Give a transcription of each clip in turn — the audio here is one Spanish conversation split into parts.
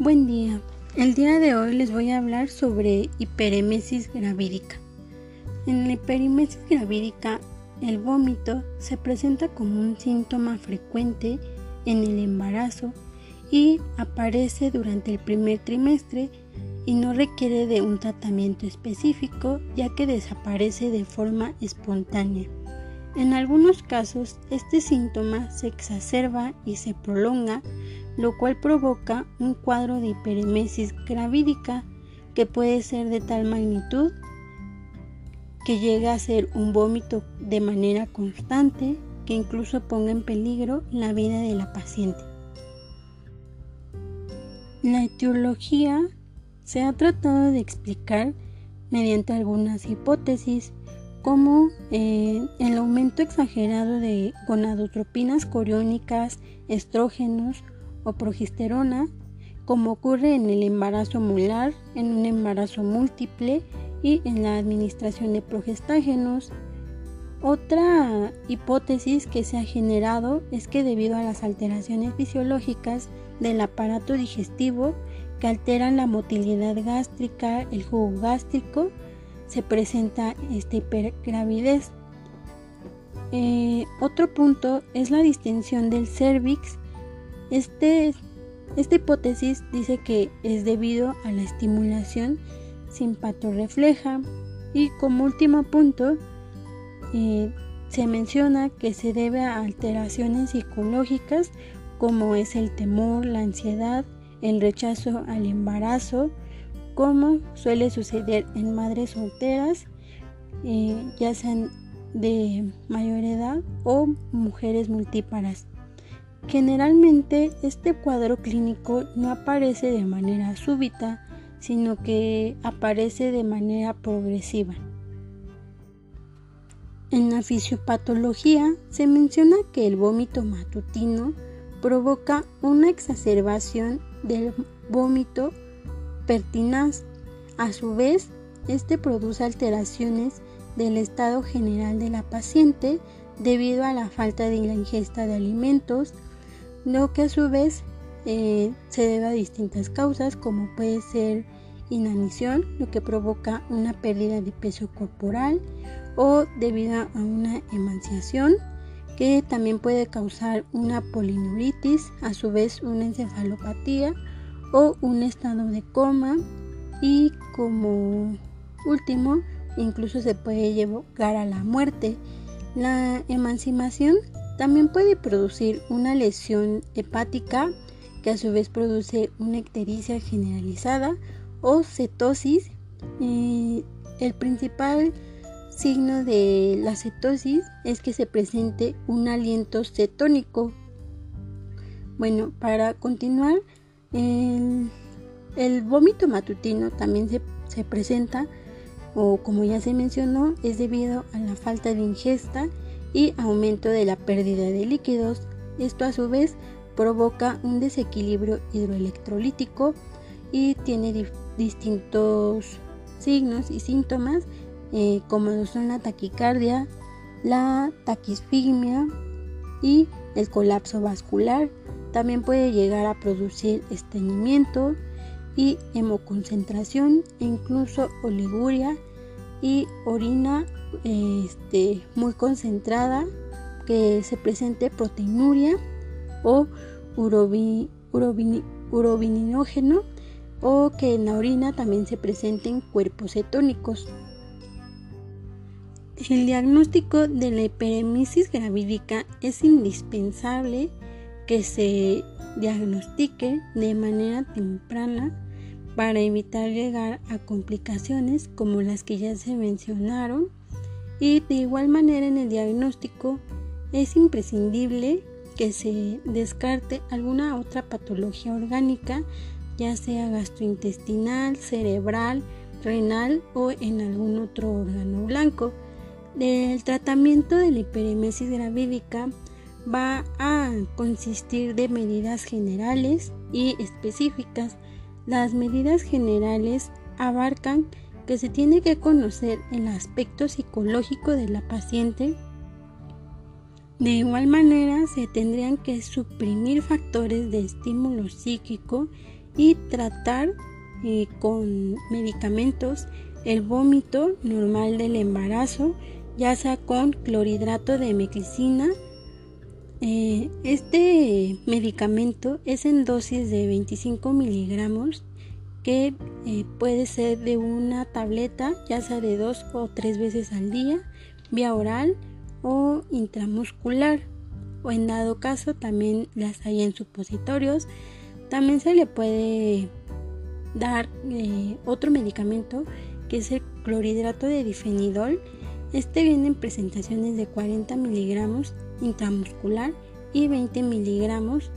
Buen día. El día de hoy les voy a hablar sobre hiperemesis gravídica. En la hiperemesis gravídica, el vómito se presenta como un síntoma frecuente en el embarazo y aparece durante el primer trimestre y no requiere de un tratamiento específico, ya que desaparece de forma espontánea. En algunos casos, este síntoma se exacerba y se prolonga, lo cual provoca un cuadro de hiperemesis gravídica que puede ser de tal magnitud que llega a ser un vómito de manera constante que incluso ponga en peligro la vida de la paciente. La etiología se ha tratado de explicar mediante algunas hipótesis, como el aumento exagerado de gonadotropinas coriónicas, estrógenos o progesterona, como ocurre en el embarazo molar, en un embarazo múltiple y en la administración de progestágenos. Otra hipótesis que se ha generado es que debido a las alteraciones fisiológicas del aparato digestivo que alteran la motilidad gástrica, el jugo gástrico, se presenta esta hipergravidez. Otro punto es la distensión del cérvix. Esta hipótesis dice que es debido a la estimulación simpatorrefleja. Y como último punto, se menciona que se debe a alteraciones psicológicas como es el temor, la ansiedad, el rechazo al embarazo, como suele suceder en madres solteras, ya sean de mayor edad o mujeres multíparas. Generalmente este cuadro clínico no aparece de manera súbita, sino que aparece de manera progresiva. En la fisiopatología se menciona que el vómito matutino provoca una exacerbación del vómito pertinaz. A su vez, este produce alteraciones del estado general de la paciente debido a la falta de la ingesta de alimentos, lo que a su vez se debe a distintas causas, como puede ser inanición, lo que provoca una pérdida de peso corporal, o debido a una emaciación, que también puede causar una polineuritis, a su vez una encefalopatía o un estado de coma, y como último incluso se puede llegar a la muerte. La emancipación también puede producir una lesión hepática, que a su vez produce una ictericia generalizada o cetosis. El principal signo de la cetosis es que se presente un aliento cetónico. Bueno, para continuar, el vómito matutino también se presenta, o como ya se mencionó, es debido a la falta de ingesta y aumento de la pérdida de líquidos. Esto a su vez provoca un desequilibrio hidroelectrolítico y tiene distintos signos y síntomas, como lo son la taquicardia, la taquisfigmia y el colapso vascular. También puede llegar a producir estreñimiento y hemoconcentración, e incluso oliguria y orina muy concentrada, que se presente proteinuria o urobininógeno, o que en la orina también se presenten cuerpos cetónicos. El diagnóstico de la hiperemesis gravídica es indispensable que se diagnostique de manera temprana para evitar llegar a complicaciones como las que ya se mencionaron. Y de igual manera, en el diagnóstico es imprescindible que se descarte alguna otra patología orgánica, ya sea gastrointestinal, cerebral, renal o en algún otro órgano blanco. El tratamiento de la hiperemesis gravídica va a consistir de medidas generales y específicas. Las medidas generales abarcan que se tiene que conocer el aspecto psicológico de la paciente. De igual manera, se tendrían que suprimir factores de estímulo psíquico y tratar con medicamentos el vómito normal del embarazo, ya sea con clorhidrato de meclicina. Este medicamento es en dosis de 25 miligramos que puede ser de una tableta, ya sea de 2 o 3 veces al día, vía oral o intramuscular, o en dado caso también las hay en supositorios. También se le puede dar otro medicamento que es el clorhidrato de difenidol. Este viene en presentaciones de 40 miligramos intramuscular y 20 miligramos,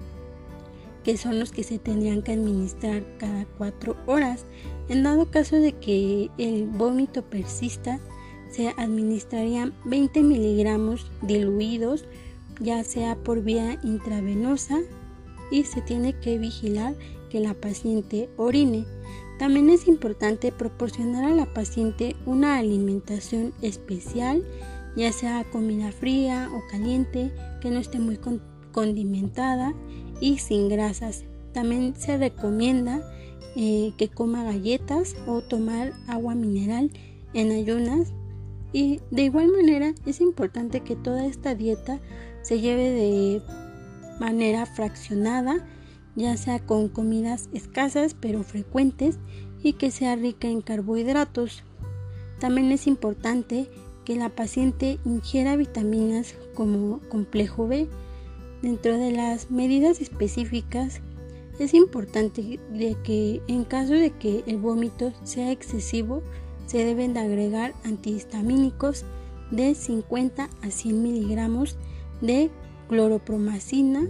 que son los que se tendrían que administrar cada 4 horas. En dado caso de que el vómito persista, se administrarían 20 miligramos diluidos, ya sea por vía intravenosa, y se tiene que vigilar que la paciente orine. También es importante proporcionar a la paciente una alimentación especial, ya sea comida fría o caliente, que no esté muy condimentada y sin grasas. También se recomienda que coma galletas o tomar agua mineral en ayunas. Y de igual manera es importante que toda esta dieta se lleve de manera fraccionada, ya sea con comidas escasas pero frecuentes, y que sea rica en carbohidratos. También es importante que la paciente ingiera vitaminas como complejo B. Dentro de las medidas específicas, es importante de que en caso de que el vómito sea excesivo, se deben de agregar antihistamínicos de 50 a 100 miligramos de cloropromacina,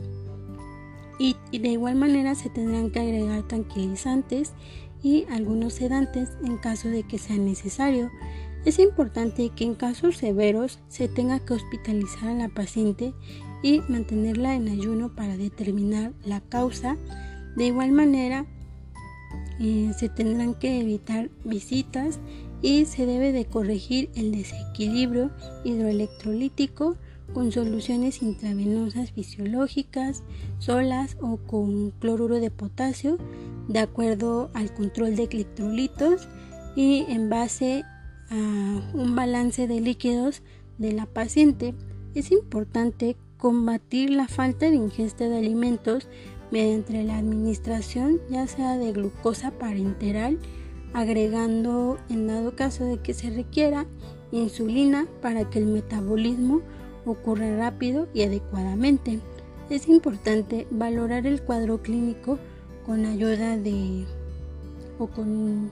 y de igual manera se tendrán que agregar tranquilizantes y algunos sedantes en caso de que sea necesario. Es importante que en casos severos se tenga que hospitalizar a la paciente y mantenerla en ayuno para determinar la causa. De igual manera, se tendrán que evitar visitas y se debe de corregir el desequilibrio hidroelectrolítico con soluciones intravenosas fisiológicas, solas o con cloruro de potasio, de acuerdo al control de electrolitos y en base a un balance de líquidos de la paciente. Es importante combatir la falta de ingesta de alimentos mediante la administración, ya sea de glucosa parenteral, agregando, en dado caso de que se requiera, insulina para que el metabolismo ocurra rápido y adecuadamente. Es importante valorar el cuadro clínico con ayuda de o con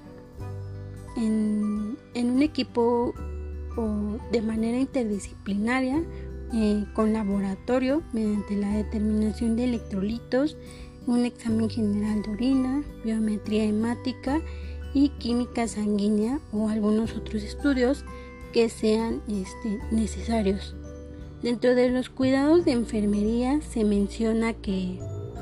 en un equipo o de manera interdisciplinaria, con laboratorio, mediante la determinación de electrolitos, un examen general de orina, biometría hemática y química sanguínea, o algunos otros estudios que sean necesarios. Dentro de los cuidados de enfermería se menciona que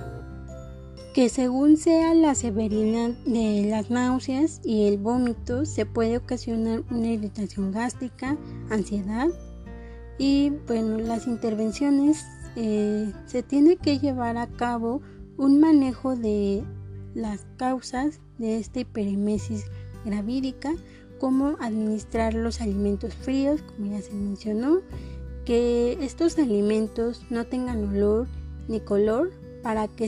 según sea la severidad de las náuseas y el vómito, se puede ocasionar una irritación gástrica, ansiedad, y bueno, las intervenciones se tiene que llevar a cabo un manejo de las causas de esta hiperemesis gravídica, como administrar los alimentos fríos, como ya se mencionó, que estos alimentos no tengan olor ni color para que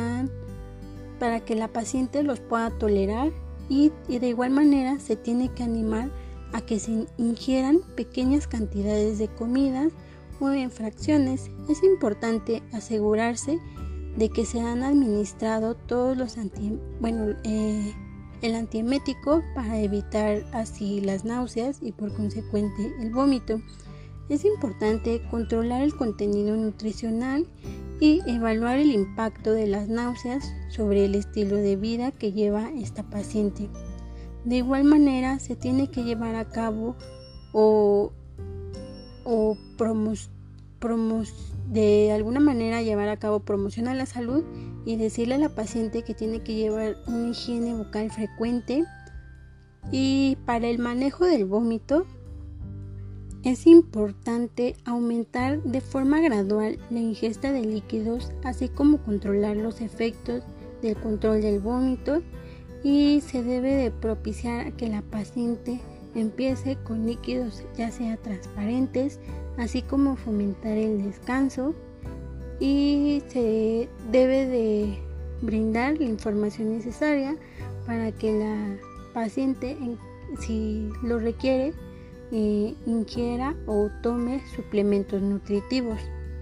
la paciente los pueda tolerar, y de igual manera se tiene que animar a que se ingieran pequeñas cantidades de comidas o en fracciones. Es importante asegurarse de que se han administrado todos los el antiemético para evitar así las náuseas y por consecuente el vómito. Es importante controlar el contenido nutricional y evaluar el impacto de las náuseas sobre el estilo de vida que lleva esta paciente. De igual manera, se tiene que llevar a cabo de alguna manera llevar a cabo promoción a la salud y decirle a la paciente que tiene que llevar una higiene bucal frecuente. Y para el manejo del vómito, es importante aumentar de forma gradual la ingesta de líquidos, así como controlar los efectos del control del vómito y se debe de propiciar que la paciente empiece con líquidos ya sea transparentes, así como fomentar el descanso, y se debe de brindar la información necesaria para que la paciente, si lo requiere, ingiera o tome suplementos nutritivos.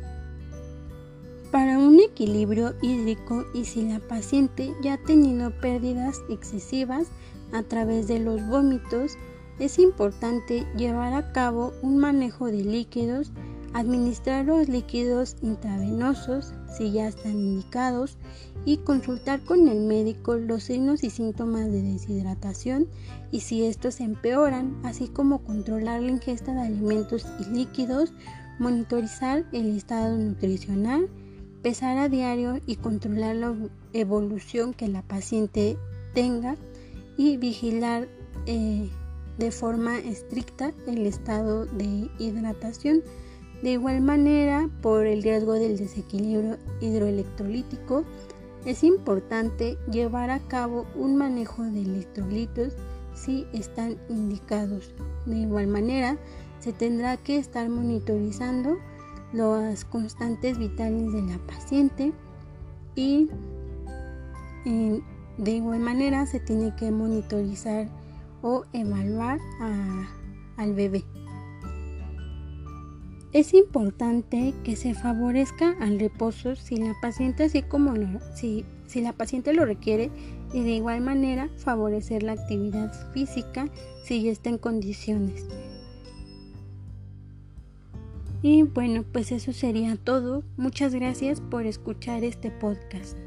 Para un equilibrio hídrico, y si la paciente ya ha tenido pérdidas excesivas a través de los vómitos, es importante llevar a cabo un manejo de líquidos, administrar los líquidos intravenosos si ya están indicados y consultar con el médico los signos y síntomas de deshidratación y si estos empeoran, así como controlar la ingesta de alimentos y líquidos, monitorizar el estado nutricional, pesar a diario y controlar la evolución que la paciente tenga y vigilar de forma estricta el estado de hidratación. De igual manera, por el riesgo del desequilibrio hidroelectrolítico, es importante llevar a cabo un manejo de electrolitos si están indicados. De igual manera, se tendrá que estar monitorizando las constantes vitales de la paciente y de igual manera se tiene que monitorizar o evaluar al bebé. Es importante que se favorezca al reposo si la paciente si la paciente lo requiere, y de igual manera favorecer la actividad física si ya está en condiciones. Y bueno, pues eso sería todo. Muchas gracias por escuchar este podcast.